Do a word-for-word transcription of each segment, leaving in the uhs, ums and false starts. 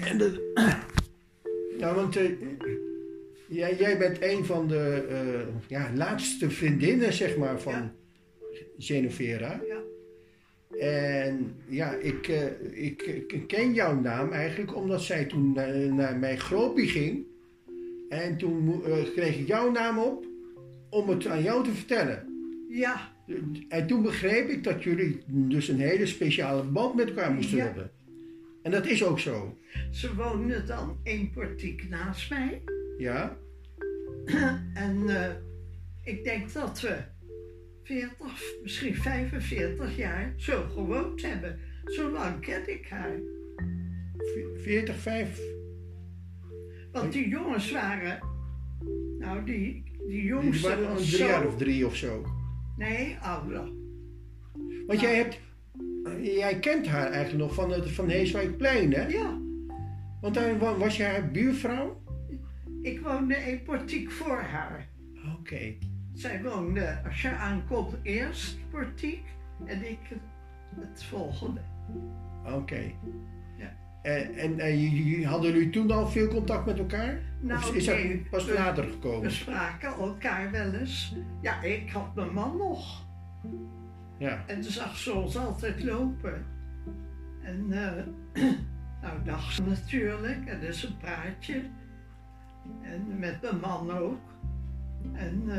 En de, ja, want uh, jij, jij bent een van de uh, ja, laatste vriendinnen, zeg maar, van ja. Genovera. Ja. En ja, ik, uh, ik, ik ken jouw naam eigenlijk omdat zij toen uh, naar mijn groepie ging. En toen uh, kreeg ik jouw naam op om het aan jou te vertellen. Ja. En toen begreep ik dat jullie dus een hele speciale band met elkaar moesten ja. hebben. En dat is ook zo. Ze woonde dan één portiek naast mij. Ja. En uh, ik denk dat we veertig, misschien vijfenveertig jaar zo gewoond hebben. Zo lang ken ik haar. veertig, vijf? Want die jongens waren, nou die, die jongste die waren was drie zo... jaar of drie of zo. Nee, ouder. Want nou, jij hebt, jij kent haar eigenlijk nog van het Van Heeswijkplein, hè? Ja. Want daar was jij haar buurvrouw? Ik woonde een portiek voor haar. Oké. Okay. Zij woonde, als je aankomt, eerst portiek en ik het volgende. Oké. Okay. Ja. En, en, en hadden jullie toen al veel contact met elkaar? Nou, of is nee, dat pas we, later gekomen? We spraken elkaar wel eens. Ja, ik had mijn man nog. Ja. En ze zag ze ons altijd lopen. En uh, nou, dag ze natuurlijk. En dus een praatje. En met mijn man ook. En uh,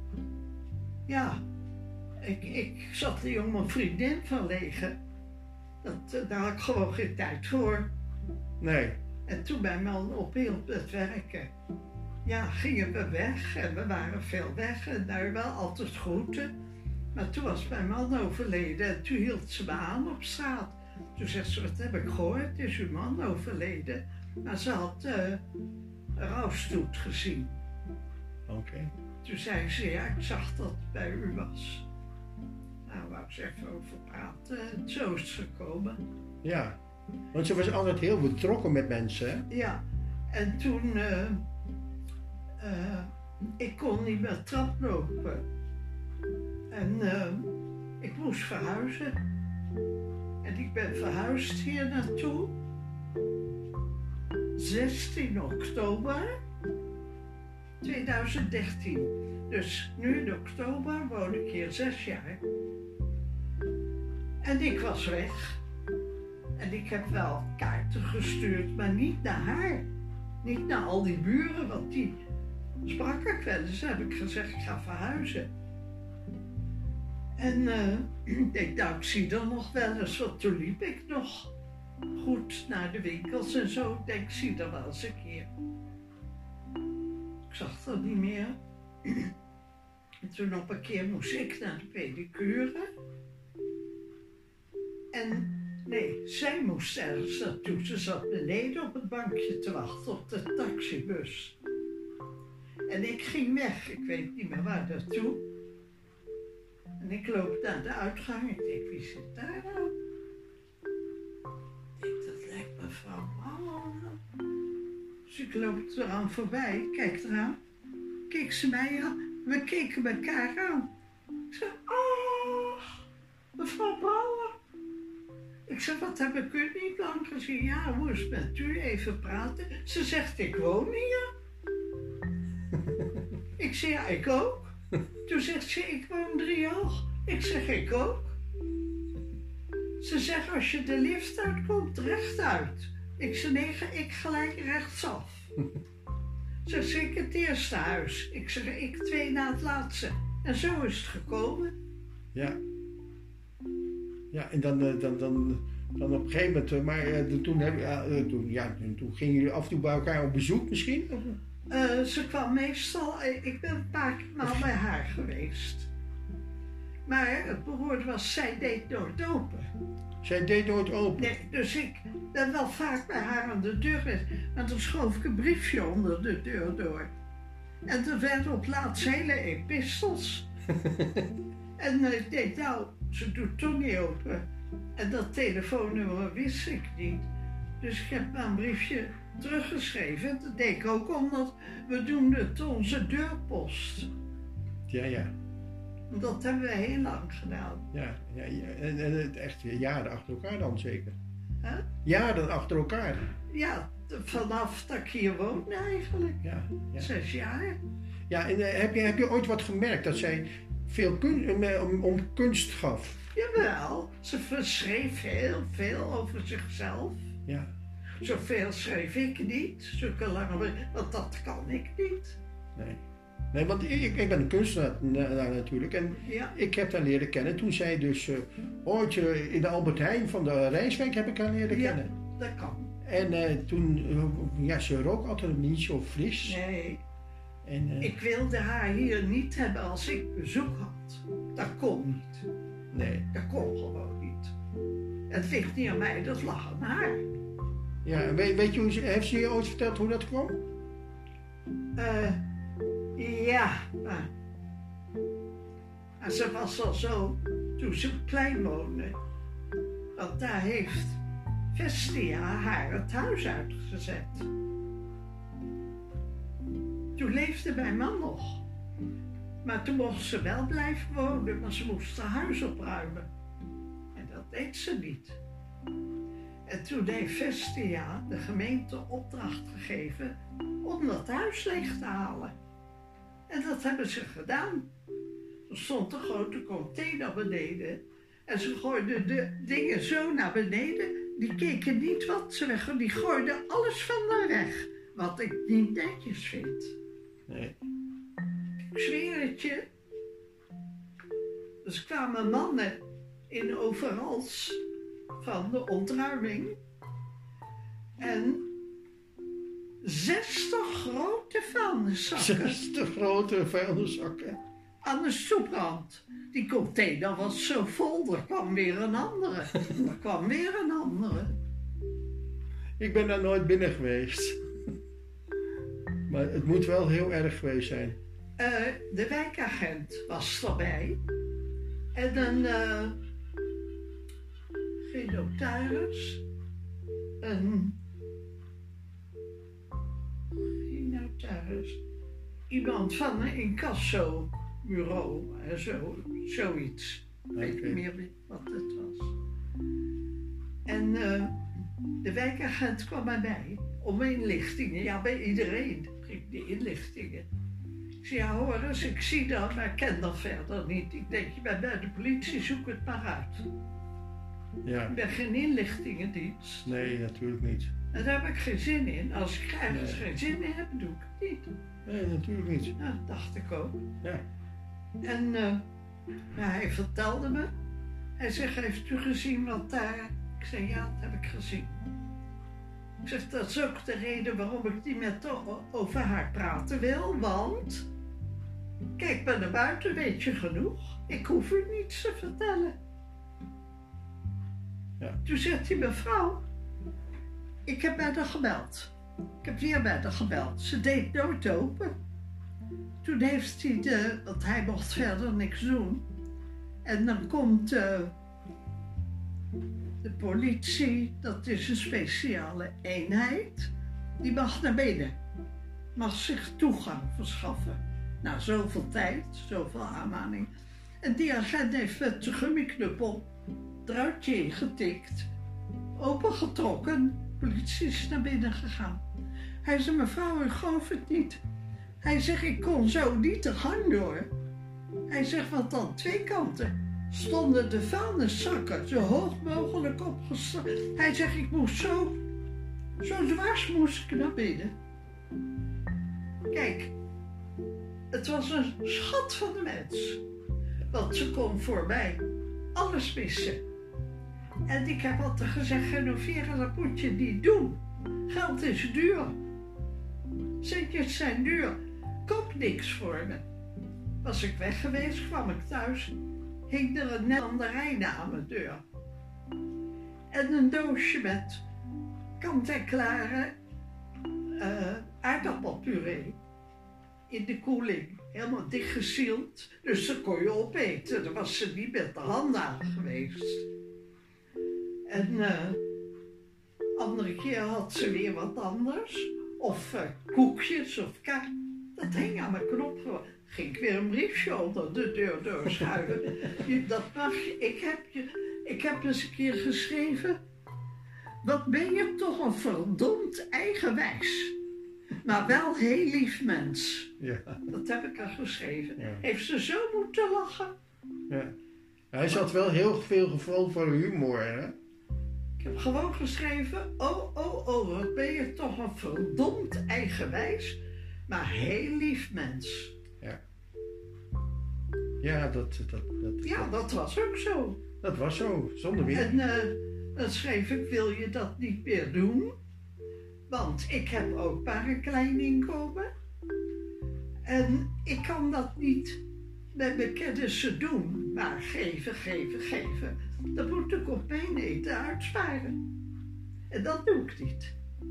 ja, ik, ik zat er jong mijn vriendin van liggen. Dat, uh, daar had ik gewoon geen tijd voor. Nee. En toen mijn man ophield met werken, ja, gingen we weg en we waren veel weg en daar wel altijd groeten. Maar toen was mijn man overleden en toen hield ze me aan op straat. Toen zegt ze, wat heb ik gehoord, is uw man overleden. Maar ze had uh, een rouwstoet gezien. Oké. Okay. Toen zei ze, ja, ik zag dat het bij u was. Nou, wou ze even over praten en zo is het gekomen. Ja. Want ze was altijd heel betrokken met mensen, hè? Ja, en toen, uh, uh, ik kon niet meer trap lopen. En uh, ik moest verhuizen. En ik ben verhuisd hier naartoe. zestien oktober tweeduizend dertien. Dus nu in oktober woon ik hier zes jaar. En ik was weg. En ik heb wel kaarten gestuurd, maar niet naar haar. Niet naar al die buren, want die sprak ik wel eens. Heb ik gezegd, ik ga verhuizen. En uh, ik denk, nou, ik zie er nog wel eens, want toen liep ik nog goed naar de winkels en zo. Ik denk, ik zie er wel eens een keer. Ik zag er niet meer. En toen op een keer moest ik naar de pedicure. En nee, zij moest ergens naartoe. Ze zat beneden op het bankje te wachten op de taxibus. En ik ging weg. Ik weet niet meer waar naartoe. En ik loop naar de uitgang. Ik denk, wie zit daar nou? Ik denk, dat lijkt mevrouw Brouwer. Dus ik loop eraan voorbij. Kijk eraan. Keek ze mij aan. We keken elkaar aan. Ik zei, oh, mevrouw Brouwer. Ik zei, wat heb ik u niet lang gezien? Ja, hoe is het met u? Even praten. Ze zegt, ik woon hier. Ik zei, ja, ik ook. Toen zegt ze, ik woon driehoog. Ik zeg, ik ook. Ze zegt, als je de lift uitkomt, rechtuit. Ik zeg, nee, ik gelijk rechtsaf. Ze zegt, ik het eerste huis. Ik zeg, ik twee na het laatste. En zo is het gekomen. Ja. Ja, en dan, dan, dan, dan op een gegeven moment, maar uh, toen, heb, uh, toen, ja, toen gingen jullie af en toe bij elkaar op bezoek misschien? Uh, ze kwam meestal, ik ben een paar maal bij haar geweest. Maar het behoorde was, zij deed nooit open. Zij deed nooit open? Nee, dus ik ben wel vaak bij haar aan de deur geweest. Maar dan schoof ik een briefje onder de deur door. En er werden op laatst hele epistels. En uh, ik denk, nou, ze doet toch niet open. En dat telefoonnummer wist ik niet. Dus ik heb maar een briefje teruggeschreven. Dat deed ik ook omdat we doen het onze deurpost. Ja, ja. Dat hebben we heel lang gedaan. Ja, ja, ja. En, en het echt jaren achter elkaar dan zeker? Huh? Jaren achter elkaar? Ja, vanaf dat ik hier woon eigenlijk. Ja, ja. Zes jaar. Ja, en uh, heb, je, heb je ooit wat gemerkt dat zij veel kun, uh, om, om kunst gaf? Jawel, ze schreef heel veel over zichzelf. Ja. Zoveel schreef ik niet, zulke lange, want dat kan ik niet. Nee, nee want ik, ik ben een kunstenaar natuurlijk en ja. ik heb haar leren kennen toen zij dus uh, ooit uh, in de Albert Heijn van de Rijswijk heb ik haar leren ja, kennen. Dat kan. En uh, toen, uh, ja, ze rook altijd niet zo fris. Nee. En, uh, ik wilde haar hier niet hebben als ik bezoek had. Dat kon niet. Nee. Dat kon gewoon niet. Het ligt niet aan mij, dat lag aan haar. Ja, weet, weet je, hoe ze, heeft ze je ooit verteld hoe dat kwam? Uh, ja, maar, maar ze was al zo toen ze klein woonde. Want daar heeft Vestia haar het huis uitgezet. Toen leefde mijn man nog. Maar toen mocht ze wel blijven wonen, maar ze moest haar huis opruimen. En dat deed ze niet. En toen heeft Vestia de gemeente opdracht gegeven om dat huis leeg te halen. En dat hebben ze gedaan. Er stond een grote container beneden. En ze gooiden de dingen zo naar beneden. Die keken niet wat ze weg. Die gooiden alles van haar weg. Wat ik niet netjes vind. Nee. Ik zweer het je. Dus kwamen mannen in overals van de ontruiming. En zestig grote vuilniszakken. zestig grote vuilniszakken. Aan de stoeprand. Die container was zo vol, er kwam weer een andere. Er kwam weer een andere. Ik ben daar nooit binnen geweest. Maar het moet wel heel erg geweest zijn. Uh, de wijkagent was erbij. En een... Uh, geen notaris. Een... Geen notaris. Iemand van een incassobureau en zo, zoiets. Ik Okay. weet niet meer wat het was. En uh, de wijkagent kwam erbij om inlichtingen. Ja, bij iedereen kreeg die inlichtingen. Ik zei, ja hoor eens, ik zie dat, maar ik ken dat verder niet. Ik denk, je bent bij de politie, zoek het maar uit. Ja. Ik ben geen inlichtingendienst. Nee, natuurlijk niet. En daar heb ik geen zin in. Als ik ergens Nee. geen zin in heb, doe ik het niet. Nee, natuurlijk niet. Nou, dat dacht ik ook. Ja. En uh, ja, hij vertelde me. Hij zegt, heeft u gezien wat daar... Ik zei, ja, dat heb ik gezien. Ik zeg, dat is ook de reden waarom ik niet met over haar praten wil, want... Kijk maar naar buiten, weet je genoeg. Ik hoef u niets te vertellen. Ja. Toen zegt hij, mevrouw, ik heb bij haar gebeld. Ik heb weer bij haar gebeld. Ze deed nooit open. Toen heeft hij de, want hij mocht verder niks doen. En dan komt uh, de politie, dat is een speciale eenheid, die mag naar binnen. Mag zich toegang verschaffen. Nou, zoveel tijd, zoveel aanmaning. En die agent heeft met de gummiknuppel het ruitje ingetikt, opengetrokken. De politie is naar binnen gegaan. Hij zei, mevrouw, ik geloof het niet. Hij zegt, ik kon zo niet de gang door. Hij zegt, want aan twee kanten stonden de vuilniszakken zo hoog mogelijk opgesteld. Hij zegt, ik moest zo, zo dwars moest ik naar binnen. Kijk, het was een schat van de mens. Want ze kon voor mij alles missen. En ik heb altijd gezegd, renoveren, dat moet je niet doen. Geld is duur. Centjes zijn duur. Koop niks voor me. Was ik weg geweest, kwam ik thuis, hing er een landerij aan mijn deur. En een doosje met kant-en-klare uh, aardappelpuree. In de koeling, helemaal dichtgesield. Dus dat kon je opeten. Dan was ze niet met de handen aan geweest. En uh, andere keer had ze weer wat anders. Of uh, koekjes of kaart. Dat hing aan mijn knop. Ging ik weer een briefje onder de deur doorschuiven. Dat mag je. Ik heb, je, ik heb eens een keer geschreven. wat ben je toch een verdomd eigenwijs. Maar wel heel lief mens. Ja. Dat heb ik er geschreven. Ja. Heeft ze zo moeten lachen. Ja. Hij zat wel heel veel gevoel voor humor, hè? Ik heb gewoon geschreven, oh, oh, oh, wat ben je toch een verdomd eigenwijs, maar heel lief mens. Ja. Ja, dat... dat, dat Ja, dat was ook zo. Dat was zo, zonder meer. En uh, dan schreef ik, wil je dat niet meer doen? Want ik heb ook maar een klein inkomen. En ik kan dat niet met mijn kennissen doen. Maar geven, geven, geven. Dat moet ik op mijn eten uitsparen. En dat doe ik niet.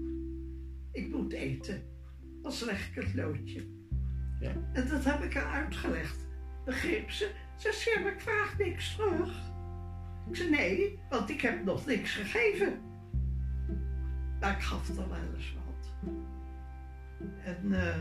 Ik moet eten. Als leg ik het loodje. Ja. En dat heb ik haar uitgelegd. Begreep ze? Ze zei, maar ik vraag niks terug. Ik zei, nee, want ik heb nog niks gegeven. Maar ik gaf er wel eens wat. En uh,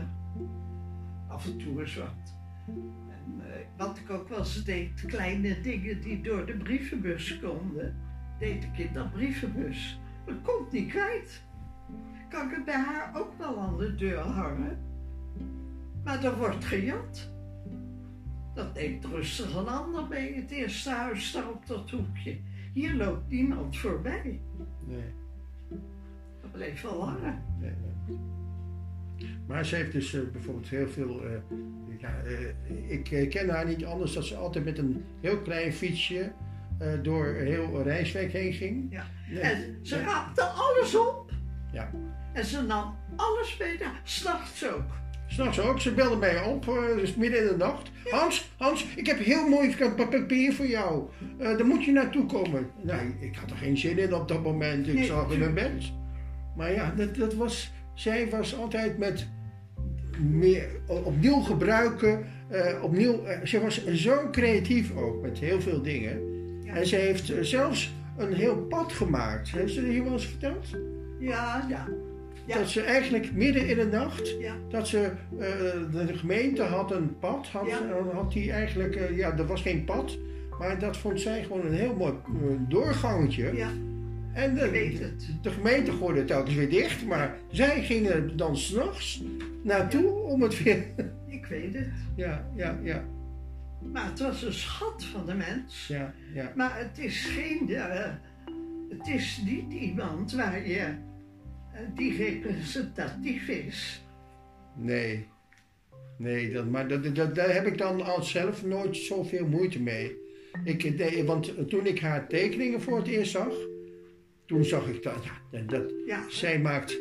af en toe eens wat. En uh, wat ik ook wel eens deed, kleine dingen die door de brievenbus konden, deed ik in dat brievenbus. Maar ik kon het niet kwijt. Kan ik het bij haar ook wel aan de deur hangen? Maar er wordt gejat. Dat neemt rustig een ander mee. Het eerste huis daar op dat hoekje. Hier loopt niemand voorbij. Nee. Dat bleef wel hangen. Nee, nee. Maar ze heeft dus uh, bijvoorbeeld heel veel... Uh, ja, uh, ik uh, ken haar niet anders dat ze altijd met een heel klein fietsje uh, door heel Rijswijk heen ging. Ja. Nee. En ze raapte alles op. Ja. En ze nam alles mee naar, 's nachts ook. S'nachts ook, ze belde mij op, uh, dus midden in de nacht. Ja. Hans, Hans, ik heb heel mooi papier voor jou. Uh, daar moet je naartoe komen. Nou, ik had er geen zin in op dat moment. Ik nee, zag in mijn bed. Maar ja, dat, dat was, zij was altijd met meer opnieuw gebruiken. Uh, opnieuw, uh, ze was zo creatief ook met heel veel dingen. Ja. En ze heeft uh, zelfs een heel pad gemaakt. Heeft ze dat hier wel eens verteld? Ja, ja. Ja. Dat ze eigenlijk midden in de nacht, ja. dat ze, uh, de gemeente had een pad, had, ja. uh, had die eigenlijk, uh, ja, er was geen pad, maar dat vond zij gewoon een heel mooi uh, doorgangetje. Ja. En de, weet het. de gemeente gooide het telkens weer dicht, maar ja. zij gingen dan s'nachts naartoe ja. om het weer... Ik weet het. Ja, ja, ja. Maar het was een schat van de mens. Ja, ja. Maar het is geen, uh, het is niet iemand waar je... die representatief is. Nee, nee, dat, maar dat, dat, daar heb ik dan als zelf nooit zoveel moeite mee. Ik, de, want toen ik haar tekeningen voor het eerst zag, toen zag ik dat, ja, dat ja. zij maakt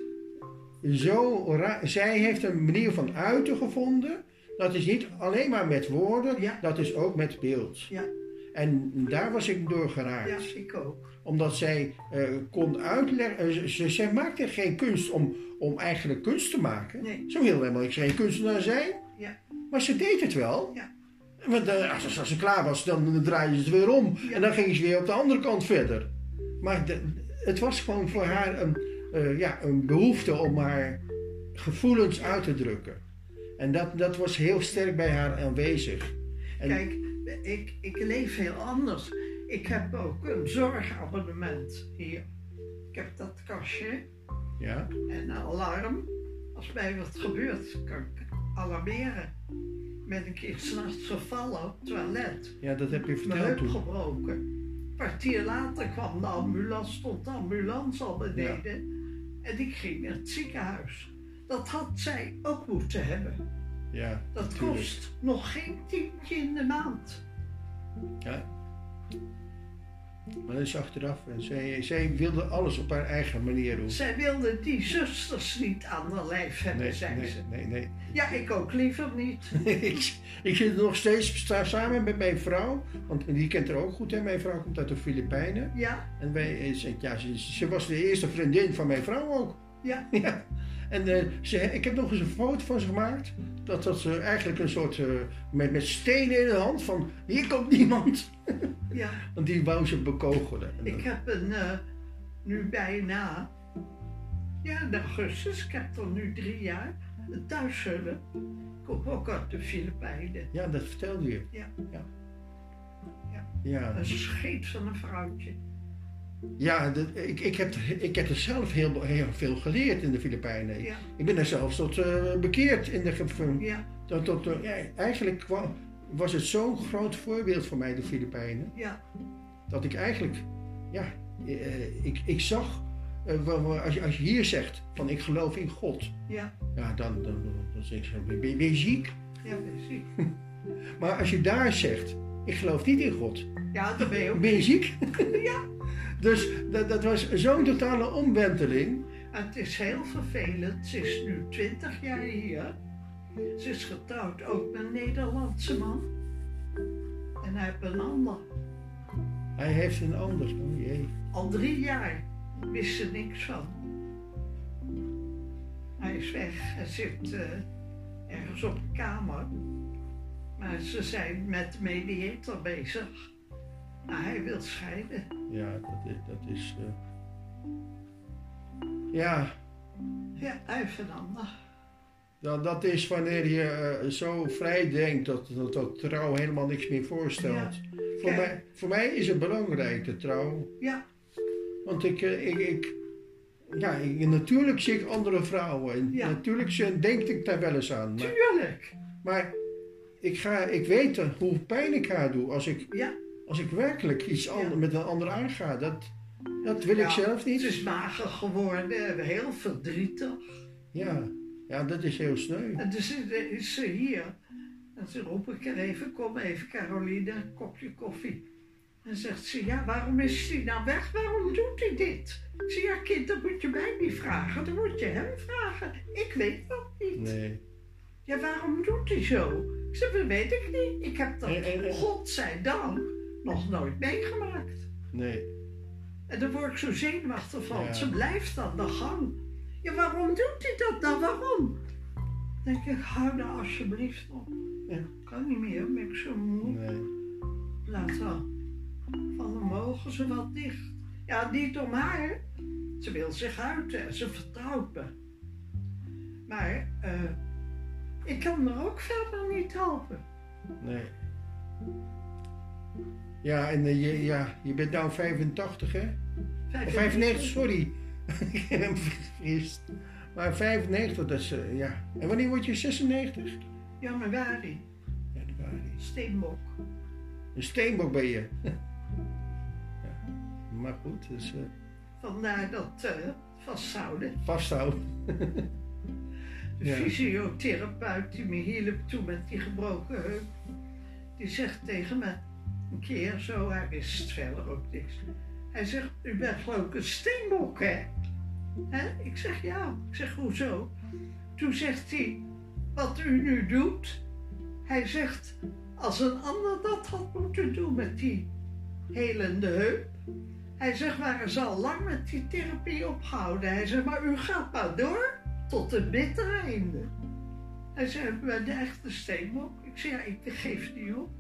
zo raar, zij heeft een manier van uiten gevonden, dat is niet alleen maar met woorden, ja. dat is ook met beeld. Ja. En daar was ik door geraakt. Ja, ik ook. Omdat zij uh, kon uitleggen, uh, ze, zij maakte geen kunst om, om eigenlijk kunst te maken. Nee. Zo wil helemaal niet geen kunstenaar zijn. Ja. Maar ze deed het wel. Ja. Want uh, als, als ze klaar was, dan, dan draaide ze het weer om. Ja. En dan ging ze weer op de andere kant verder. Maar de, het was gewoon voor haar een, uh, ja, een behoefte om haar gevoelens uit te drukken. En dat, dat was heel sterk bij haar aanwezig. En, Kijk, ik, ik leef heel anders. Ik heb ook een zorgabonnement hier. Ik heb dat kastje. Ja. En een alarm. Als mij wat gebeurt, kan ik alarmeren. Ik ben een keer 's nachts gevallen op het toilet. Ja, dat heb je verteld. Mijn heup toen. gebroken. Een kwartier later kwam de ambulance, stond de ambulance al beneden. Ja. En ik ging naar het ziekenhuis. Dat had zij ook moeten hebben. Ja, dat natuurlijk. kost nog geen tientje in de maand. Ja. Maar dat is achteraf. En zij, zij wilde alles op haar eigen manier doen. Zij wilde die zusters niet aan haar lijf hebben, nee, zei nee, ze. Nee, nee. Ja, ik ook liever niet. ik, ik zit nog steeds sta samen met mijn vrouw. Want die kent haar ook goed. Hè? Mijn vrouw komt uit de Filipijnen. Ja. En wij, ja, ze, ze was de eerste vriendin van mijn vrouw ook. Ja. Ja. En uh, ze, ik heb nog eens een foto van ze gemaakt. Dat dat ze eigenlijk een soort, uh, met, met stenen in de hand van, hier komt niemand. Ja. Want die wou ze bekogelen. Ik heb een, uh, nu bijna, ja in augustus, ik heb er nu drie jaar, een thuishulp. Ik kom ook uit de Filipijnen. Ja, dat vertelde je. Ja. Ja. Ja. Ja. Een scheet van een vrouwtje. Ja, dat, ik, ik, heb, ik heb er zelf heel, heel veel geleerd in de Filipijnen. Ja. Ik ben er zelfs tot uh, bekeerd in de ge- Ja. tot, tot, uh, ja, eigenlijk kwam, was het zo'n groot voorbeeld voor mij, de Filipijnen. Ja. Dat ik eigenlijk, ja, uh, ik, ik zag, uh, als, je, als je hier zegt van ik geloof in God. Ja. Ja, dan, dan, dan, dan zeg je, ben, ben je ziek? Ja, ben je ziek. Maar als je daar zegt, ik geloof niet in God. Ja, dan ben je ook Ben je ziek? Ja. Dus dat, dat was zo'n totale omwenteling. En het is heel vervelend. Ze is nu twintig jaar hier. Ze is getrouwd ook met een Nederlandse man. En hij heeft een ander. Hij heeft een ander. Oh jee. Al drie jaar wist ze niks van. Hij is weg. Hij zit uh, ergens op een kamer. Maar ze zijn met de mediator bezig. Maar hij wil scheiden. Ja, dat is... Dat is uh... Ja. Ja, hij heeft een ander. Dat, dat is wanneer je uh, zo vrij denkt dat, dat, dat trouw helemaal niks meer voorstelt. Ja. Voor, mij, voor mij is het belangrijk, de trouw. Ja. Want ik... Uh, ik, ik Ja, ik, natuurlijk zie ik andere vrouwen en ja. natuurlijk denk ik daar wel eens aan. Maar, Tuurlijk. Maar ik, ga, ik weet hoe pijn ik haar doe als ik, ja. als ik werkelijk iets ja. ander, met een ander aanga. Dat, dat wil ja, ik zelf niet. Ze is mager geworden, heel verdrietig. Ja, ja dat is heel sneu. En dus is ze hier. En ze roep ik er even, kom even Caroline, een kopje koffie. En zegt ze, ja, waarom is hij nou weg? Waarom doet hij dit? Ik zeg, ja kind, dat moet je mij niet vragen. Dan moet je hem vragen. Ik weet dat niet. Nee. Ja, waarom doet hij zo? Ik zeg, dat weet ik niet. Ik heb dat, en, en, en... godzijdank, nog nooit meegemaakt. Nee. En dan word ik zo zenuwachtig van. Ja. Ze blijft aan de gang. Ja, waarom doet hij dat nou? Waarom? Dan denk ik, hou nou alsjeblieft op. Ja. Kan niet meer, ben ik zo moe. Nee. Laat dan. Van dan mogen ze wat dicht. Ja, niet om haar. Ze wil zich uiten. Ze vertrouwt me. Maar uh, ik kan er ook verder niet helpen. Nee. Ja, en uh, je, ja, je bent nou vijfentachtig, hè? vijfennegentig, vijfennegentig sorry. Ik heb hem vergist. Maar vijfennegentig, dat is, uh, ja. En wanneer word je zesennegentig? Januari. Januari. Steenbok. Een steenbok ben je. Maar goed, dus... Uh... Vandaar dat uh, vasthouden. Vasthouden. De ja. fysiotherapeut die me hielp toen met die gebroken heup, die zegt tegen me een keer zo, hij wist verder ook niks. Hij zegt, u bent geloof ik een steenbok, hè? hè? Ik zeg, ja. Ik zeg, hoezo? Toen zegt hij, wat u nu doet, hij zegt, als een ander dat had moeten doen met die helende heup. Hij zegt, waren ze al lang met die therapie opgehouden. Hij zegt, maar u gaat maar door tot het bittere einde. Hij zegt, u bent de echte steenbok. Ik zeg, ja, ik geef niet op.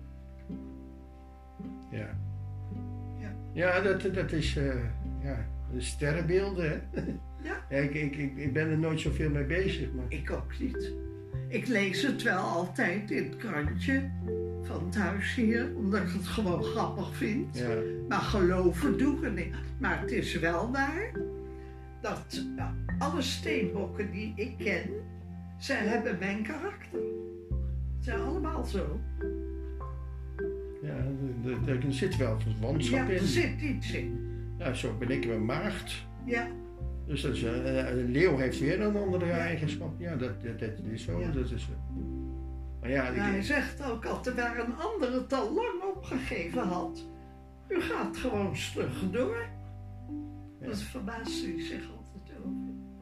Ja. Ja, ja dat, dat is, uh, ja, de sterrenbeelden, hè? Ja. ja ik, ik, ik, ik ben er nooit zoveel mee bezig, maar... Ik ook niet. Ik lees het wel altijd in het krantje van thuis hier, omdat ik het gewoon grappig vind. Ja. Maar geloven doe ik er niet. Maar het is wel waar dat nou, alle steenbokken die ik ken, zij hebben mijn karakter. Ze zijn allemaal zo. Ja, er, er zit wel verwantschap ja, in. er zit iets in. Ja, zo ben ik een maagd. Ja. Dus dat is, uh, een leeuw heeft weer een andere ja. eigenschap. Ja, dat, dat, dat is zo. Ja. Dat is, uh... maar ja, nou, ik... hij zegt ook altijd waar een ander het al lang opgegeven had. U gaat gewoon stug door. Ja. Dat verbaast hij zich altijd over.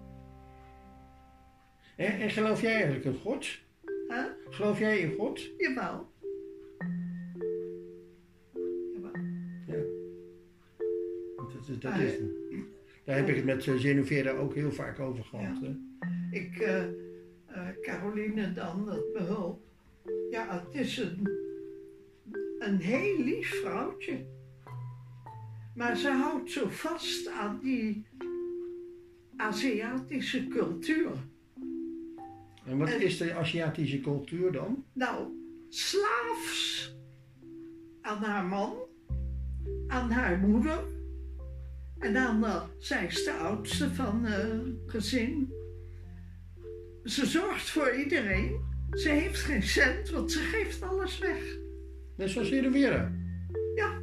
En, en geloof jij eigenlijk in God? Huh? Geloof jij in God? Jawel. Jawel. Ja. Dat, dat, dat is... Daar heb ik het met Genoveva ook heel vaak over gehad. Ja. Hè? Ik, uh, uh, Caroline dan, dat behulp. Ja, het is een, een heel lief vrouwtje. Maar ze houdt zo vast aan die Aziatische cultuur. En wat en, is de Aziatische cultuur dan? Nou, slaafs aan haar man, aan haar moeder. En dan, uh, zij is de oudste van het uh, gezin. Ze zorgt voor iedereen. Ze heeft geen cent, want ze geeft alles weg. Net zoals Herenwera. Ja.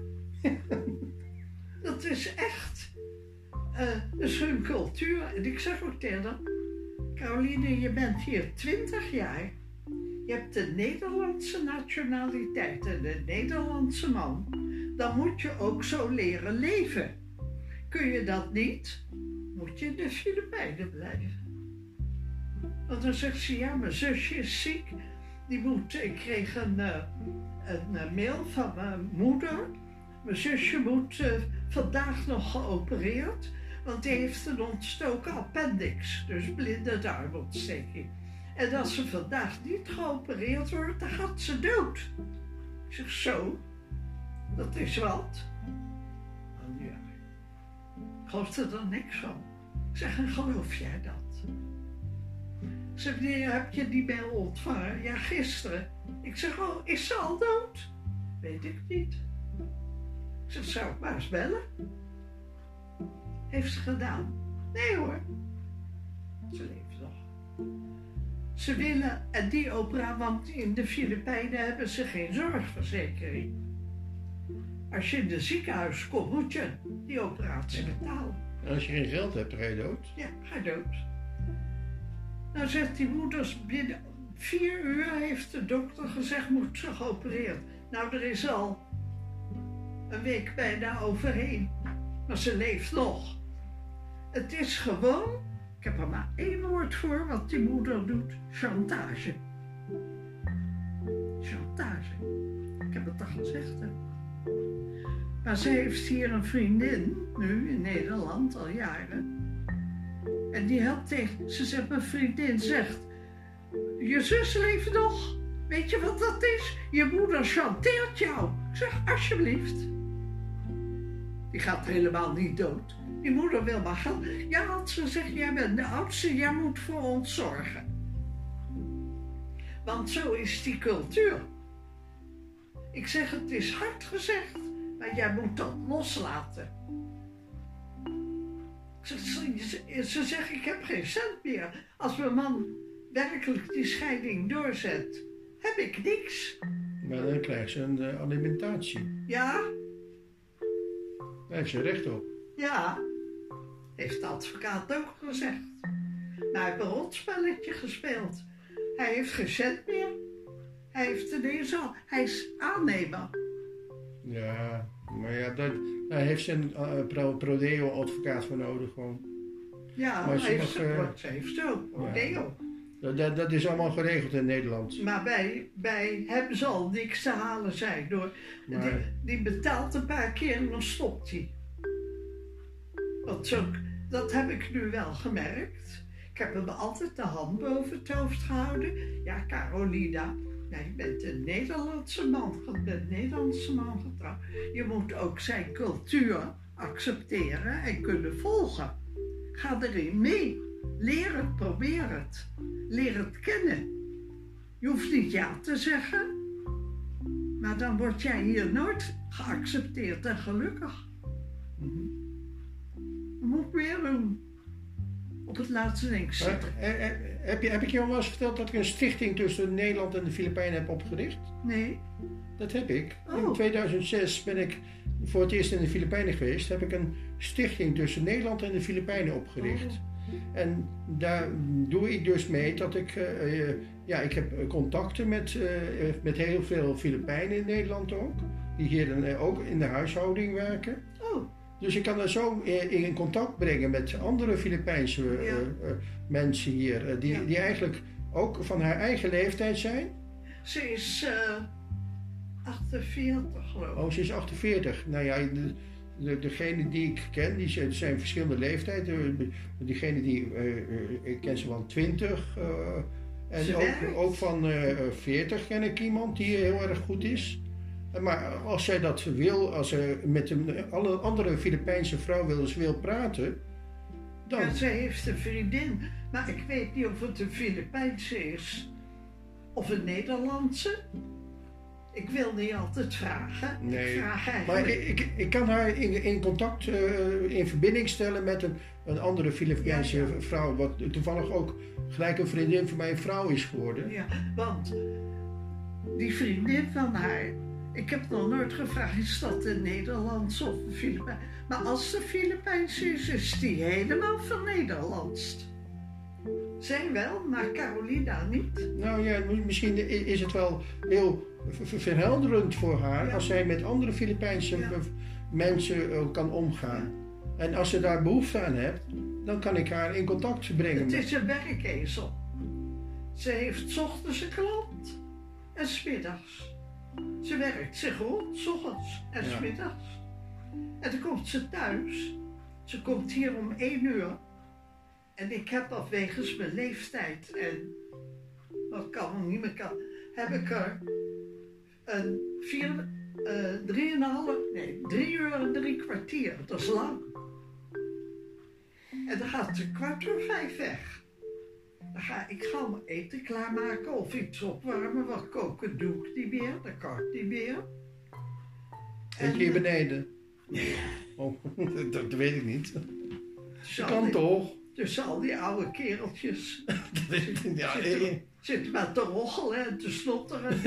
Dat is echt. Uh, dat is hun cultuur. En ik zeg ook tegen haar, Caroline, je bent hier twintig jaar. Je hebt de Nederlandse nationaliteit en de Nederlandse man. Dan moet je ook zo leren leven. Kun je dat niet, moet je in de Filipijnen blijven. Want dan zegt ze, ja, mijn zusje is ziek. Die moet, ik kreeg een, uh, een uh, mail van mijn moeder. Mijn zusje moet uh, vandaag nog geopereerd. Want die heeft een ontstoken appendix, dus blinde darmontsteking. En als ze vandaag niet geopereerd wordt, dan gaat ze dood. Ik zeg, zo, dat is wat. Nou, ja. Ik geloof er dan niks van. Ik zeg, en geloof jij dat? Ik zeg, wanneer heb je die mail ontvangen? Ja, gisteren. Ik zeg, oh, is ze al dood? Weet ik niet. Ik zeg, zou ik maar eens bellen? Heeft ze gedaan? Nee hoor. Ze leeft nog. Ze willen, en die opera, want in de Filipijnen hebben ze geen zorgverzekering. Als je in het ziekenhuis komt, moet je die operatie betalen. En als je geen geld hebt, dan ga je dood. Ja, ga je dood. Nou zegt die moeders, binnen vier uur heeft de dokter gezegd, moet ze geopereerd. Nou, er is al een week bijna overheen. Maar ze leeft nog. Het is gewoon, ik heb er maar één woord voor wat die moeder doet, chantage. Chantage. Ik heb het al gezegd, hè. Maar ze heeft hier een vriendin, nu in Nederland, al jaren. En die had tegen, ze zegt, mijn vriendin zegt, je zus leeft nog. Weet je wat dat is? Je moeder chanteert jou. Ik zeg, alsjeblieft. Die gaat helemaal niet dood. Die moeder wil maar gaan. Ja, want ze zegt, jij bent de oudste, jij moet voor ons zorgen. Want zo is die cultuur. Ik zeg, het is hard gezegd, maar jij moet dat loslaten. Ze, ze, ze zegt, ik heb geen cent meer. Als mijn man werkelijk die scheiding doorzet, heb ik niks. Maar dan krijgt ze een uh, alimentatie. Ja. Daar heeft ze recht op. Ja, heeft de advocaat ook gezegd. Maar hij heeft een rotspelletje gespeeld. Hij heeft geen cent meer. Hij heeft ineens al, hij is aannemer. Ja, maar ja, daar, daar heeft ze een uh, pro, prodeo-advocaat voor nodig gewoon. Ja, maar hij heeft, mag, uh, ze heeft zo, prodeo. Ja, dat, dat is allemaal geregeld in Nederland. Maar bij, bij hebben ze al niks te halen zijn door. Maar... Die, die betaalt een paar keer en dan stopt hij. Want zo, dat heb ik nu wel gemerkt. Ik heb hem altijd de hand boven het hoofd gehouden. Ja, Carolina, ja, je bent een Nederlandse man, je bent een Nederlandse man getrouwd. Je moet ook zijn cultuur accepteren en kunnen volgen. Ga erin mee. Leer het, probeer het. Leer het kennen. Je hoeft niet ja te zeggen. Maar dan word jij hier nooit geaccepteerd en gelukkig. Wat moet ik weer doen? Op het laatste denk ik zitten. Maar, eh, eh, heb, je, heb ik je al wel eens verteld dat ik een stichting tussen Nederland en de Filipijnen heb opgericht? Nee. Dat heb ik. Oh. In tweeduizend zes ben ik voor het eerst in de Filipijnen geweest. Heb ik een stichting tussen Nederland en de Filipijnen opgericht. Oh. En daar doe ik dus mee dat ik, uh, uh, ja, ik heb contacten met, uh, met heel veel Filipijnen in Nederland ook. Die hier dan, uh, ook in de huishouding werken. Oh. Dus ik kan er zo uh, in contact brengen met andere Filipijnse uh, Ja. uh, mensen hier. Uh, die, Ja. die eigenlijk ook van haar eigen leeftijd zijn. Ze is uh, achtenveertig geloof ik. Oh, ze is achtenveertig. Nou ja, de, de, degene die ik ken, die zijn, zijn verschillende leeftijden. Diegene die, uh, uh, ik ken ze van twintig. Uh, en Ze ook, werkt. ook van uh, veertig ken ik iemand die heel erg goed is. Maar als zij dat wil, als ze met een alle andere Filipijnse vrouw wil, dus wil praten, dan... Ja, ze heeft een vriendin. Maar ik weet niet of het een Filipijnse is. Of een Nederlandse. Ik wil niet altijd vragen. Nee. Ik vraag Maar eigenlijk... ik, ik, ik kan haar in, in contact, uh, in verbinding stellen met een, een andere Filipijnse Ja, ja. vrouw. Wat toevallig ook gelijk een vriendin van mijn vrouw is geworden. Ja, want die vriendin van haar, ik heb nog nooit gevraagd, is dat een Nederlands of een Filipijn? Maar als de Filipijns is, is die helemaal van Nederlands. Zij wel, maar Carolina niet. Nou ja, misschien is het wel heel ver- verhelderend voor haar Ja. als zij met andere Filipijnse Ja. mensen uh, kan omgaan. En als ze daar behoefte aan hebt, dan kan ik haar in contact brengen. Het met- is een werkezel. Ze heeft 's ochtends een klant en 's middags. Ze werkt zich rond, 's ochtends en 's Ja. middags. En dan komt ze thuis. Ze komt hier om één uur. En ik heb al wegens mijn leeftijd en wat kan er niet meer kan, heb ik er een vier, uh, drieënhalf, nee, drie uur en drie kwartier. Dat is lang. En dan gaat ze kwart voor vijf weg. Dan ga ik gauw mijn eten klaarmaken of iets opwarmen. Wat koken doe ik niet meer, dat kan ik niet meer. Eet je hier beneden? Oh, dat, dat weet ik niet. tussen Dat al kan die- toch? Tussen al die oude kereltjes Ja, zitten, eh, zitten maar te roggelen en te snotteren.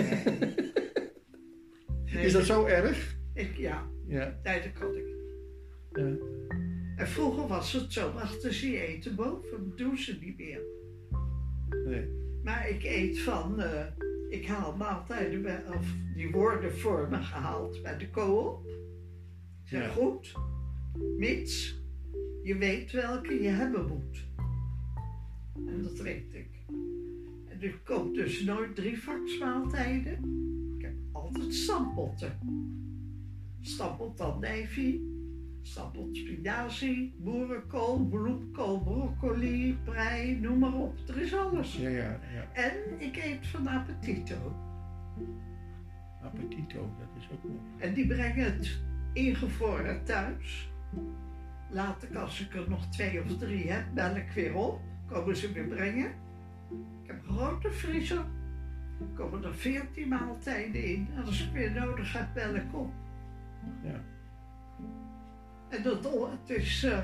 Nee, is dat zo erg? Ik, ja, Ja. nee, dat kon ik. Ja. En vroeger was het zo, achter ze je eten boven, dat doen ze niet meer. Nee. Maar ik eet van, eh, ik haal maaltijden bij, of die worden voor me gehaald bij de co-op. Ik zeg, Ja. goed, mits je weet welke je hebben moet. En dat weet ik. En ik koop dus nooit drievaksmaaltijden. Ik heb altijd stampotten. Stampot andijvie, stampot spinazie, boerenkool, bloemkool, broccoli, prei, noem maar op. Er is alles. Ja, ja, ja. En ik eet van Appetito. Appetito, dat is ook mooi. En die brengen het ingevroren thuis. Later, als ik er nog twee of drie heb, bel ik weer op. Komen ze weer brengen. Ik heb een grote vriezer. Er komen er veertien maaltijden in. En als ik weer nodig heb, bel ik op. Ja. En dat, het is uh,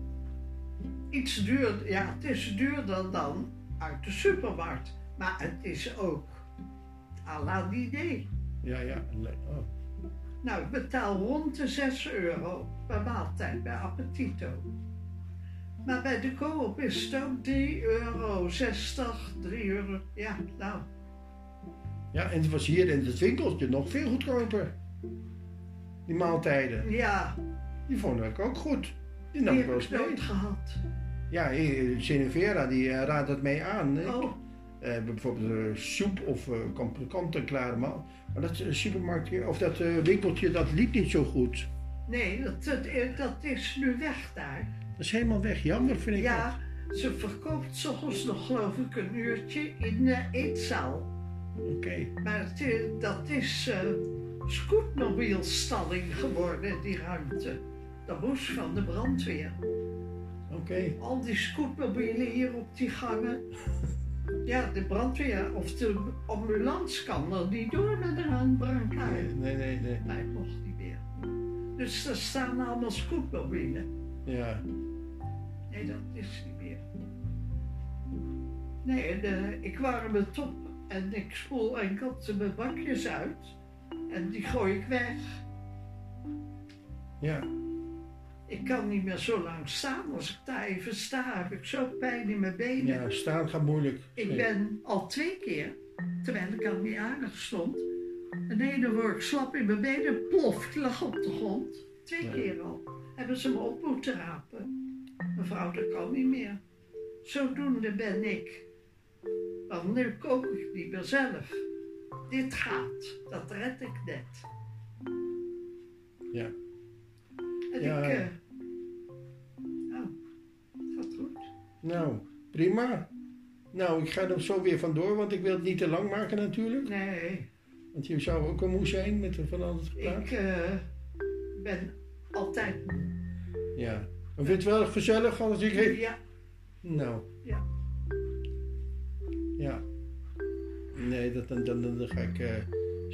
iets duurder. Ja, het is duurder dan uit de supermarkt. Maar het is ook à la diner. Ja, ja. Oh. Nou, ik betaal rond de zes euro per maaltijd bij Appetito. Maar bij de co-op is het ook drie euro zestig, drie euro. Ja, nou. Ja, en het was hier in het winkeltje nog veel goedkoper. Die maaltijden. Ja, Die vond ik ook goed. Die die nam ik heb wel ik eens nooit mee. gehad. Ja, eh, Genevera die eh, raadt het mee aan. hè. Oh, Eh, bijvoorbeeld eh, soep of uh, kant-en-klare maal. Maar dat eh, supermarktje, of dat eh, winkeltje, dat liep niet zo goed. nee, dat, dat, dat is nu weg daar. Dat is helemaal weg. Jammer vind ik Ja, ze verkoopt 's ochtends nog geloof ik een uurtje in de eetzaal. dat. Oké. Maar het, eh, dat is uh, scootmobielstalling geworden, die ruimte. Dat moest van de brandweer. Oké. Al die scootmobielen hier op die gangen. Ja, de brandweer of de ambulance kan er niet door met een handbrandkaart. Nee, nee, nee, nee. Nee, mocht niet meer. Dus er staan allemaal scootmobielen. Ja. Nee, dat is niet meer. Nee, de, ik warm het op en ik spoel enkel mijn bakjes uit. En die gooi ik weg. Ja. Ik kan niet meer zo lang staan. Als ik daar even sta, heb ik zo pijn in mijn benen. Ja, staan gaat moeilijk. Ik ben al twee keer, terwijl ik aan die aardig stond, en de ene word ik slap in mijn benen, plof, ik lag op de grond. Twee Ja. keer al. Hebben ze me op moeten rapen. Mevrouw, dat kan niet meer. Zodoende ben ik. Want nu kook ik niet meer zelf. Dit gaat. Dat red ik net. Ja. En Ja. ik... Uh, nou, het gaat goed. Nou, prima. Nou, ik ga er zo weer vandoor, want ik wil het niet te lang maken natuurlijk. Nee, Want je zou ook al moe zijn met van al het gepraat. ik uh, ben altijd moe. Ja. Maar vind je het wel gezellig als ik even... Ja, Nou. Ja. Ja. Nee, dat, dan, dan, dan ga ik uh,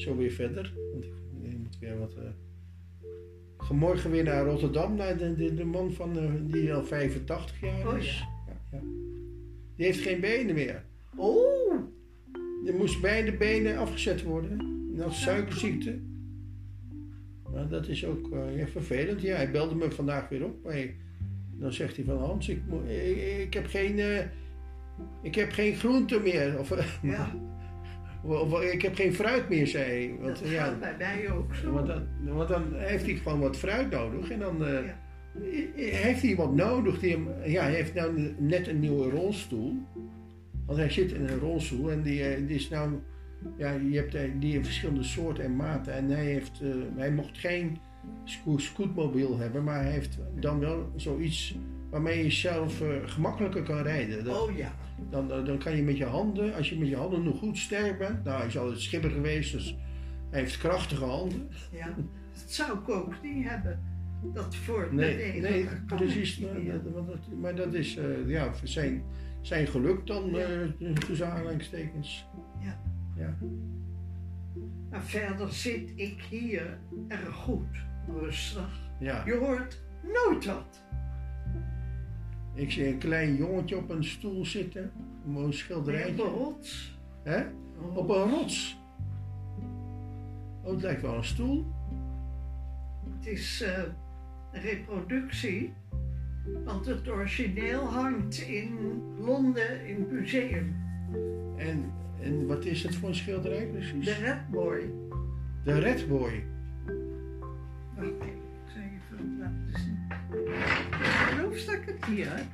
zo weer verder. Want ik, ik moet weer wat... Uh... Ga morgen weer naar Rotterdam, naar de, de, de man van, uh, die al vijfentachtig jaar is. Oh, ja. Ja, ja. Die heeft geen benen meer. Oh! Er moest beide benen afgezet worden. Dat is suikerziekte. Maar dat is ook uh, ja, vervelend. Ja, hij belde me vandaag weer op. Maar dan zegt hij van Hans, ik, ik, ik heb geen... Uh, ik heb geen groente meer. Of, uh, ja. of, of ik heb geen fruit meer, zei hij. Want, dat ja, gaat bij mij ook zo. Want dan, want dan heeft hij gewoon wat fruit nodig. En dan uh, ja. heeft hij iemand nodig. Die hem, ja, hij heeft nou net een nieuwe rolstoel. Want hij zit in een rolstoel en die, die is nou... Ja, je hebt die in verschillende soorten en maten. En hij, heeft, uh, hij mocht geen sco- scootmobiel hebben, maar hij heeft dan wel zoiets waarmee je zelf uh, gemakkelijker kan rijden. Dat, oh ja. Dan, uh, dan kan je met je handen, als je met je handen nog goed sterk bent. Nou, hij is altijd schipper geweest, dus hij heeft krachtige handen. Ja, dat zou ik ook niet hebben. Dat voor Nee, nee precies. Maar dat, dat, maar dat is uh, ja, zijn, zijn geluk dan, ja. uh, tussen aanhalingstekens. Ja. Ja. Maar verder zit ik hier erg goed, rustig. Ja. Je hoort nooit wat. Ik zie een klein jongetje op een stoel zitten, een mooi schilderijtje. Op een rots. Hè? Oh. Op een rots. Oh, het lijkt wel een stoel. Het is uh, een reproductie, want het origineel hangt in Londen in het museum. En, en wat is het voor een schilderij precies? De Redboy. De Redboy. Wacht even, ik zal je even laten zien. Ik geloof dat ik het hier heb.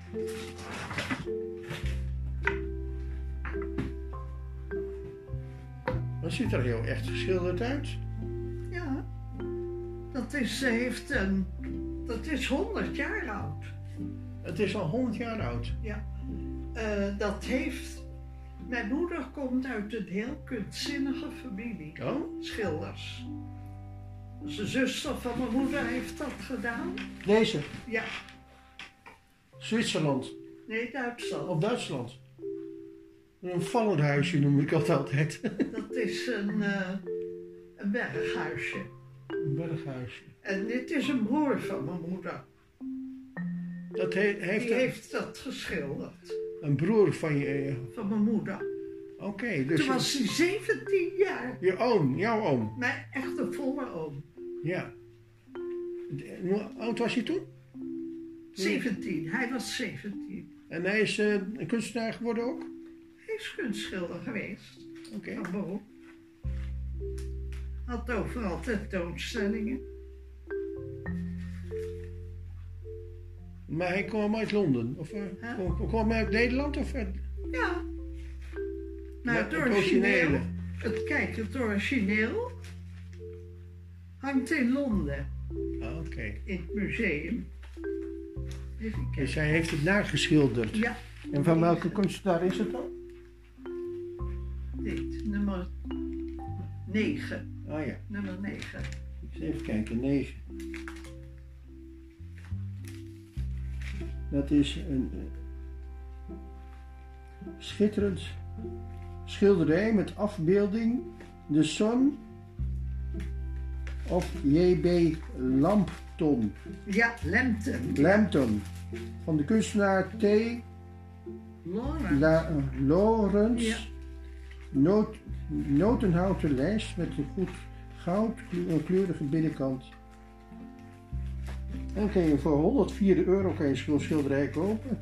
Dat ziet er heel echt geschilderd uit. Ja, dat is, heeft een, dat is honderd jaar oud. Het is al honderd jaar oud. Ja, uh, dat heeft... Mijn moeder komt uit een heel kunstzinnige familie. Oh? Schilders. Dus de zuster van mijn moeder heeft dat gedaan. Deze? Ja. Zwitserland? Nee, Duitsland. Of Duitsland? Een vallenhuisje noem ik dat altijd. Dat is een, uh, een berghuisje. Een berghuisje. En dit is een broer van mijn moeder. Dat he heeft Die een... heeft dat geschilderd. Een broer van je... Van mijn moeder. Oké, okay, dus... Toen was hij zeventien jaar. Je oom, jouw oom? Mijn echte volle oom. Ja. Hoe oud was hij toen? zeventien, hij was zeventien. En hij is uh, een kunstenaar geworden ook? Hij is kunstschilder geweest. Oké. Van beroep. Had overal tentoonstellingen. Maar hij kwam uit Londen? Of uh, huh? kwam, kwam hij uit Nederland? Of, uh... Ja. Maar ja, het origineel, het, kijk, het origineel hangt in Londen. Ah, oké. Okay. In het museum. Dus hij heeft het nageschilderd? Ja. En van welke kunstenaar is het dan? Dit, nummer negen. Oh ja. Nummer negen. Even kijken, negen. Dat is een uh, schitterend schilderij met afbeelding De Son of J B Lampton. Ja, Lampton. Lampton. Van de kunstenaar T. Lawrence. La, uh, Lawrence. Ja. Noot, notenhouten lijst met een goed goudkleurige binnenkant. En kun je voor honderdvier euro kan je zo'n schilderij kopen.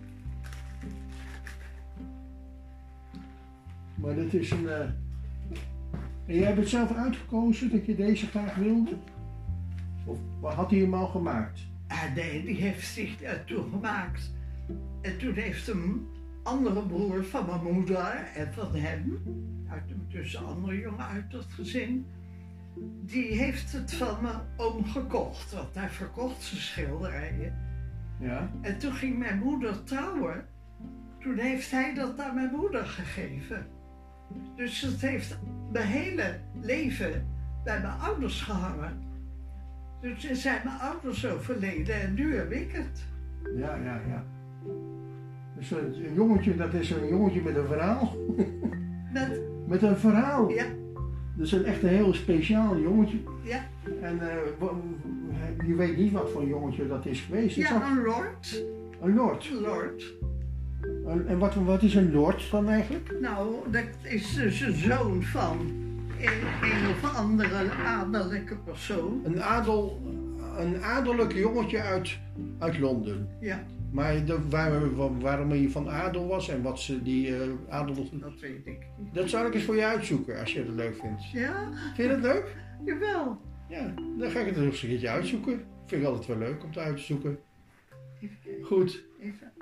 Maar dit is een... Uh... En jij hebt het zelf uitgekozen dat je deze graag wilde? Of had hij hem al gemaakt? Ah, nee, die heeft zich uh, toen gemaakt. En toen heeft een andere broer van mijn moeder en van hem, uit een dus een andere jongen uit dat gezin, die heeft het van mijn oom gekocht, want hij verkocht zijn schilderijen. Ja. En toen ging mijn moeder trouwen, toen heeft hij dat aan mijn moeder gegeven. Dus het heeft mijn hele leven bij mijn ouders gehangen. Dus toen zijn mijn ouders overleden en nu heb ik het. Ja, ja, ja. Dus een jongetje, dat is een jongetje met een verhaal. Met, met een verhaal? Ja. Dat is een echt een heel speciaal jongetje. Ja. En uh, je weet niet wat voor jongetje dat is geweest. Ja, zag... een lord. Een lord? Een lord. En, en wat, wat is een lord dan eigenlijk? Nou, dat is dus een zoon van een, een of andere adellijke persoon. Een, adel, een adellijk jongetje uit, uit Londen. Ja. Maar de, waar, waarom hij van adel was en wat ze die uh, adel... Dat weet ik niet. Dat zou ik eens voor je uitzoeken, als je het leuk vindt. Ja? Vind je dat leuk? Jawel. Ja, dan ga ik het nog eens een keertje uitzoeken. Vind ik altijd wel leuk om te uit te zoeken. Goed. Even.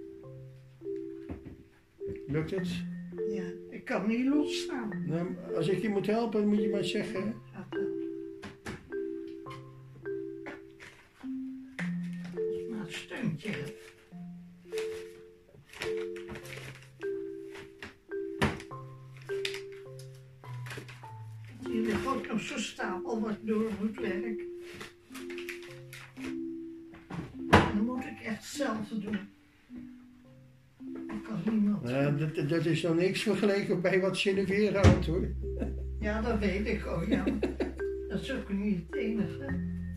Lukt het? Ja, ik kan niet losstaan. Nou, als ik je moet helpen, moet je maar zeggen. Hè? Gaat wel. Als ik maar een steuntje heb. Hier ligt ook nog zo'n stapel wat door moet werken. Dat moet ik echt zelf doen. Dat kan niemand. Nou, dat, dat is nog niks vergeleken bij wat Geneviève houdt hoor. Ja, dat weet ik ook, ja. Dat is ook niet het enige.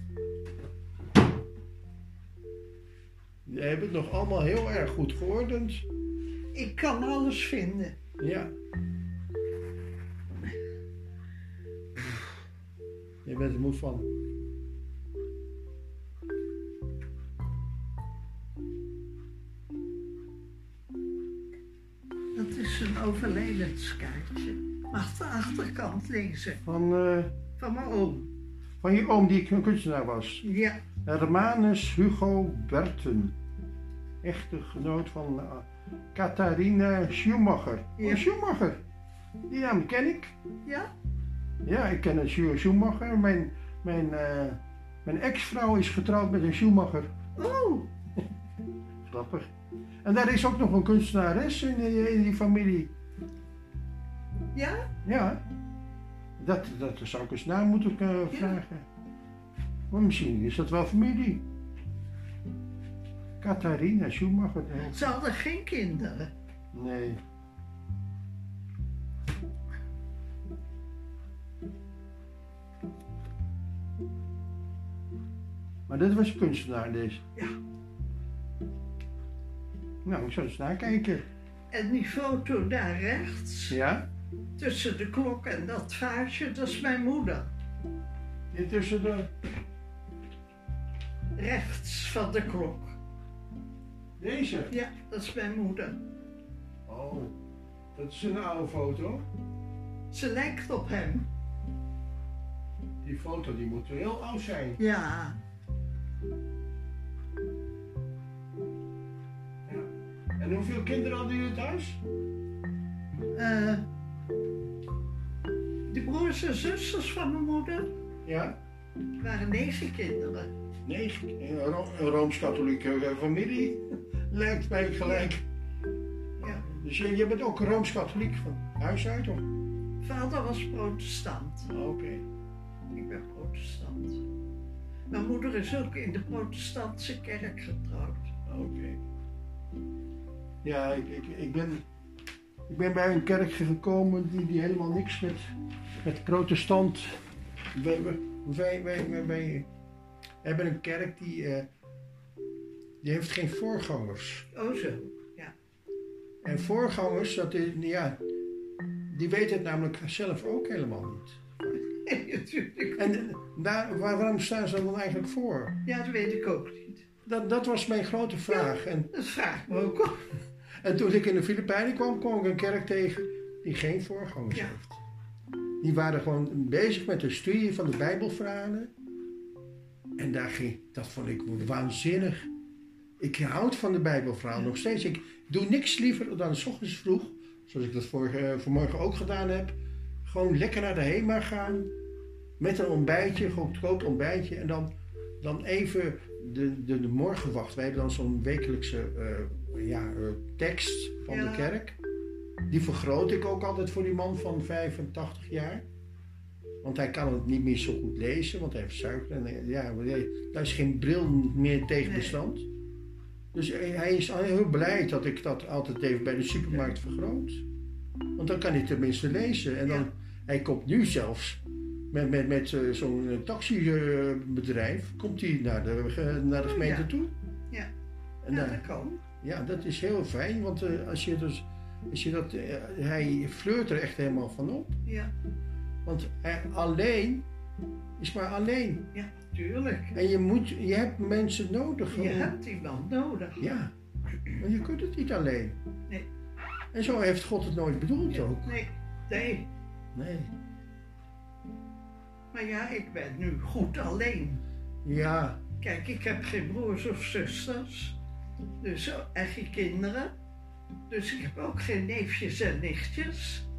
Je hebt het nog allemaal heel erg goed geordend. Ik kan alles vinden. Ja. Je bent er moe van. Dat is een overledenskaartje. Mag de achterkant lezen. Van, uh, Van mijn oom. van je oom die een kunstenaar was. Ja. Hermanus Hugo Berten. Echte genoot van uh, Catharina Schumacher. Ja. Oh, Schumacher. Die naam ken ik. Ja? Ja, ik ken een Schu- Schumacher. Mijn, mijn, uh, mijn ex-vrouw is getrouwd met een Schumacher. Oh. Grappig. En daar is ook nog een kunstenares in die, in die familie. Ja? Ja. Dat, dat zou ik eens na moeten uh, vragen. Maar misschien is dat wel familie. Catharina Schumacher. Ze hadden geen kinderen. Nee. Maar dit was een kunstenaar deze. Ja. Nou, ik zou eens nakijken. En die foto daar rechts, Ja? tussen de klok en dat vaasje, dat is mijn moeder. Hier tussen de... Rechts van de klok. Deze? Ja, dat is mijn moeder. Oh, dat is een oude foto. Ze lijkt op hem. Die foto die moet heel oud zijn. Ja. Ja. En hoeveel kinderen hadden jullie thuis? Uh, de broers en zusters van mijn moeder Ja? waren negen kinderen. Negen. Een, Ro een Rooms-Katholieke familie. Lijkt mij gelijk. Ja. Dus je, je bent ook Rooms-Katholiek van huis uit, of? Vader was protestant. Oké. Okay. Ik ben protestant. Mijn moeder is ook in de protestantse kerk getrouwd. Oké. Okay. Ja, ik, ik, ik, ben, ik ben bij een kerk gekomen die, die helemaal niks met, met protestant... Wij, wij, wij, wij, wij hebben een kerk die, uh, die heeft geen voorgangers. Oh zo, ja. En voorgangers, dat is, ja, die weten het namelijk zelf ook helemaal niet. En daar, waar, waarom staan ze dan eigenlijk voor? Ja, dat weet ik ook niet. Dat, dat was mijn grote vraag. Ja, en, dat vraag ik me ook al. En toen ik in de Filipijnen kwam, kwam ik een kerk tegen die geen voorgangers Ja. heeft. Die waren gewoon bezig met de studie van de Bijbelverhalen. En daar ging, dat vond ik waanzinnig. Ik houd van de Bijbelverhalen nog steeds. Ik doe niks liever dan 's ochtends vroeg, zoals ik dat vorige, vanmorgen ook gedaan heb. Gewoon lekker naar de HEMA gaan. Met een ontbijtje, goedkoop ontbijtje. En dan, dan even de, de, de morgenwacht. Wij hebben dan zo'n wekelijkse uh, ja, uh, tekst van Ja. de kerk. Die vergroot ik ook altijd voor die man van vijfentachtig jaar. Want hij kan het niet meer zo goed lezen, want hij heeft suiker. En ja, daar is geen bril meer tegen bestand. Nee. Dus hij is heel blij dat ik dat altijd even bij de supermarkt vergroot. Want dan kan hij tenminste lezen. En dan, Hij komt nu zelfs met, met, met uh, zo'n uh, taxibedrijf, komt hij naar de, uh, naar de Oh, gemeente ja. toe. Ja, En, ja uh, dat kan. ja, dat is heel fijn, want uh, als je dus, als je dat, uh, hij flirt er echt helemaal van op. Ja, Want uh, alleen is maar alleen. ja, tuurlijk. En je, moet, je hebt mensen nodig. Je om- hebt iemand nodig. Ja, maar je kunt het niet alleen. Nee. En zo heeft God het nooit bedoeld ook. Nee, nee. Nee. Maar ja, ik ben nu goed alleen. Ja, Kijk, ik heb geen broers of zusters. Dus ook- en geen kinderen. Dus ik heb ook geen neefjes en nichtjes.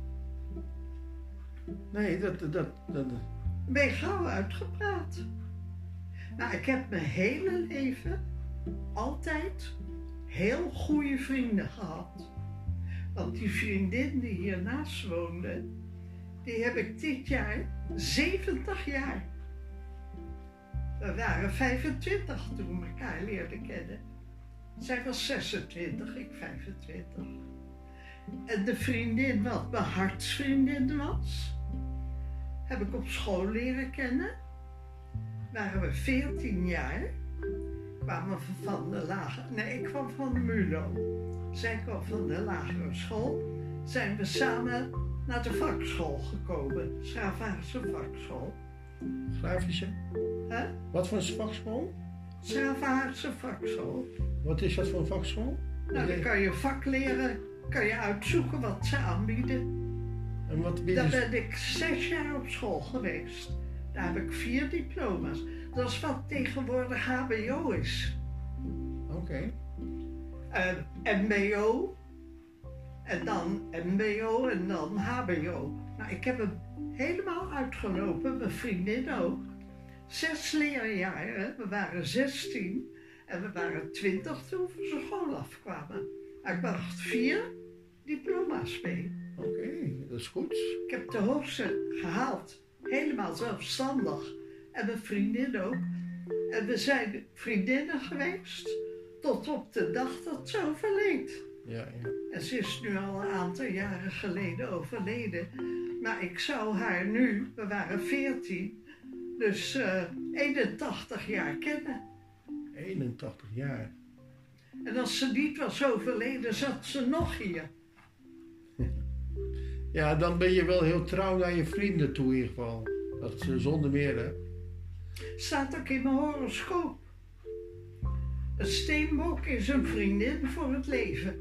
nee, dat, dat, dat, Ben je gauw uitgepraat. Nou, ik heb mijn hele leven altijd heel goede vrienden gehad. Want die vriendin die hiernaast woonde, die heb ik dit jaar zeventig jaar. We waren vijfentwintig toen we elkaar leerden kennen. Zij was zesentwintig, ik vijfentwintig. En de vriendin wat mijn hartsvriendin was, heb ik op school leren kennen. Waren we veertien jaar. Kwamen we van de lagere... Nee, ik kwam van de MULO. Zij kwam van de lagere school. Zijn we samen naar de vakschool gekomen. Schravaarse vakschool. grafische. Hè? Wat voor een vakschool? Schravaarse vakschool. Wat is dat voor een vakschool? Nou, dan kan je vak leren. Kan je uitzoeken wat ze aanbieden. En wat Daar bieden ze? ben ik zes jaar op school geweest. Daar heb ik vier diploma's. Dat is wat tegenwoordig H B O is. Oké. Uh, M B O. En dan M B O en dan H B O. Nou, ik heb hem helemaal uitgelopen. Mijn vriendin ook. Zes leerjaren. We waren zestien. En we waren twintig toen we van school afkwamen. Ik bracht vier diploma's mee. Oké, dat is goed. Ik heb de hoogste gehaald. Helemaal zelfstandig. En mijn vriendin ook. En we zijn vriendinnen geweest. Tot op de dag dat ze overleed. Ja, ja. En ze is nu al een aantal jaren geleden overleden. Maar ik zou haar nu, we waren veertien, dus uh, eenentachtig jaar kennen. eenentachtig jaar. En als ze niet was overleden, zat ze nog hier. Ja, dan ben je wel heel trouw naar je vrienden toe in ieder geval. Dat is zonder meer, hè. Staat ook in mijn horoscoop. Een steenbok is een vriendin voor het leven.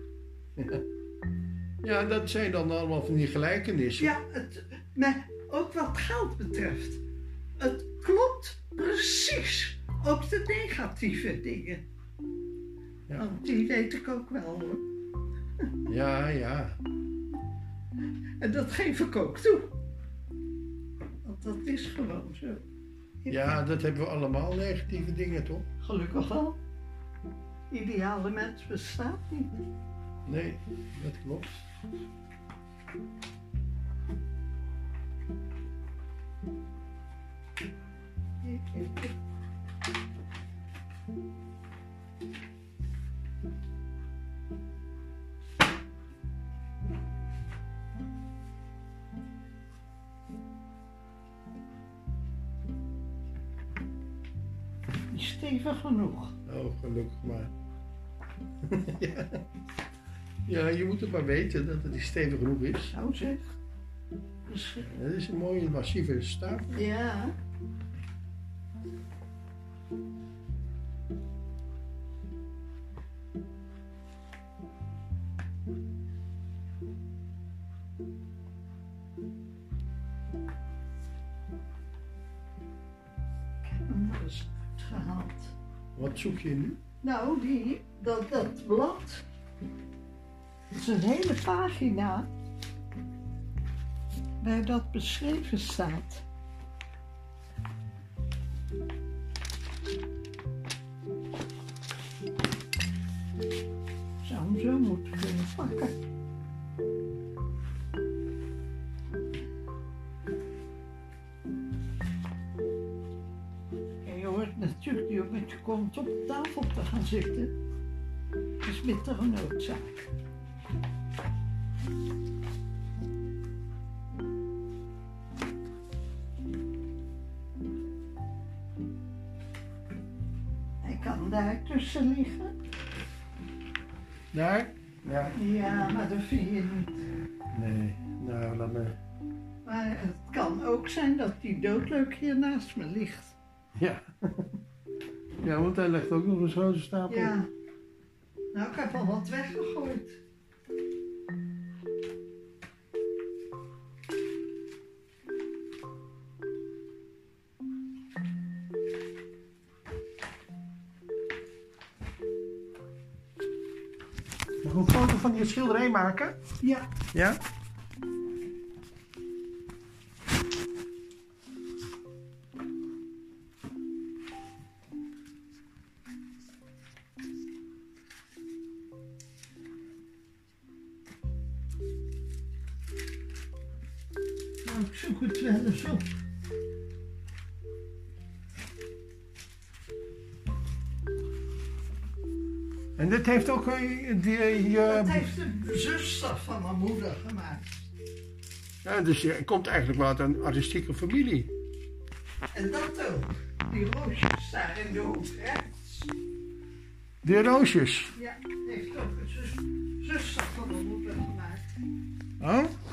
Ja, dat zijn dan allemaal van die gelijkenissen. Ja, het, maar ook wat geld betreft. Het klopt precies. Ook de negatieve dingen. Ja. Want die weet ik ook wel hoor. Ja, ja. En dat geef ik ook toe. Want dat is gewoon zo. Ja, dat hebben we allemaal, negatieve dingen, toch? Gelukkig wel. Ideale mens bestaat niet. Nee, dat klopt. Die is stevig genoeg. Oh, gelukkig maar. Ja. Ja, je moet het maar weten dat het stevig genoeg is. Nou zeg. Dus, Het is een mooie massieve staaf. ja. Ik heb hem nog eens uitgehaald. Wat zoek je nu? Nou, die, dat, dat blad. Dat is een hele pagina waar dat beschreven staat. Ik zou hem zo moeten kunnen pakken. En je hoort natuurlijk niet om met je kont op de tafel te gaan zitten. Dat is bittere noodzaak. hij kan daar tussen liggen. Daar? Ja. Ja, maar dat vind je niet. Nee, nou, laat me... Maar het kan ook zijn dat die doodleuk hier naast me ligt. Ja. Ja, want hij legt ook nog een grote stapel. Ja. Nou, ik heb al wat weggegooid. Mag ik een foto van die schilderij maken? Ja. Ja? Nou, ik zoek het wel eens op. En dit heeft ook uh, die, uh, je... Dat heeft de zuster van mijn moeder gemaakt. Ja, dus je komt eigenlijk wel uit een artistieke familie. En dat ook. Die roosjes daar in de hoek rechts. De roosjes. Ja, heeft ook een zus, zuster van mijn moeder gemaakt. Oh?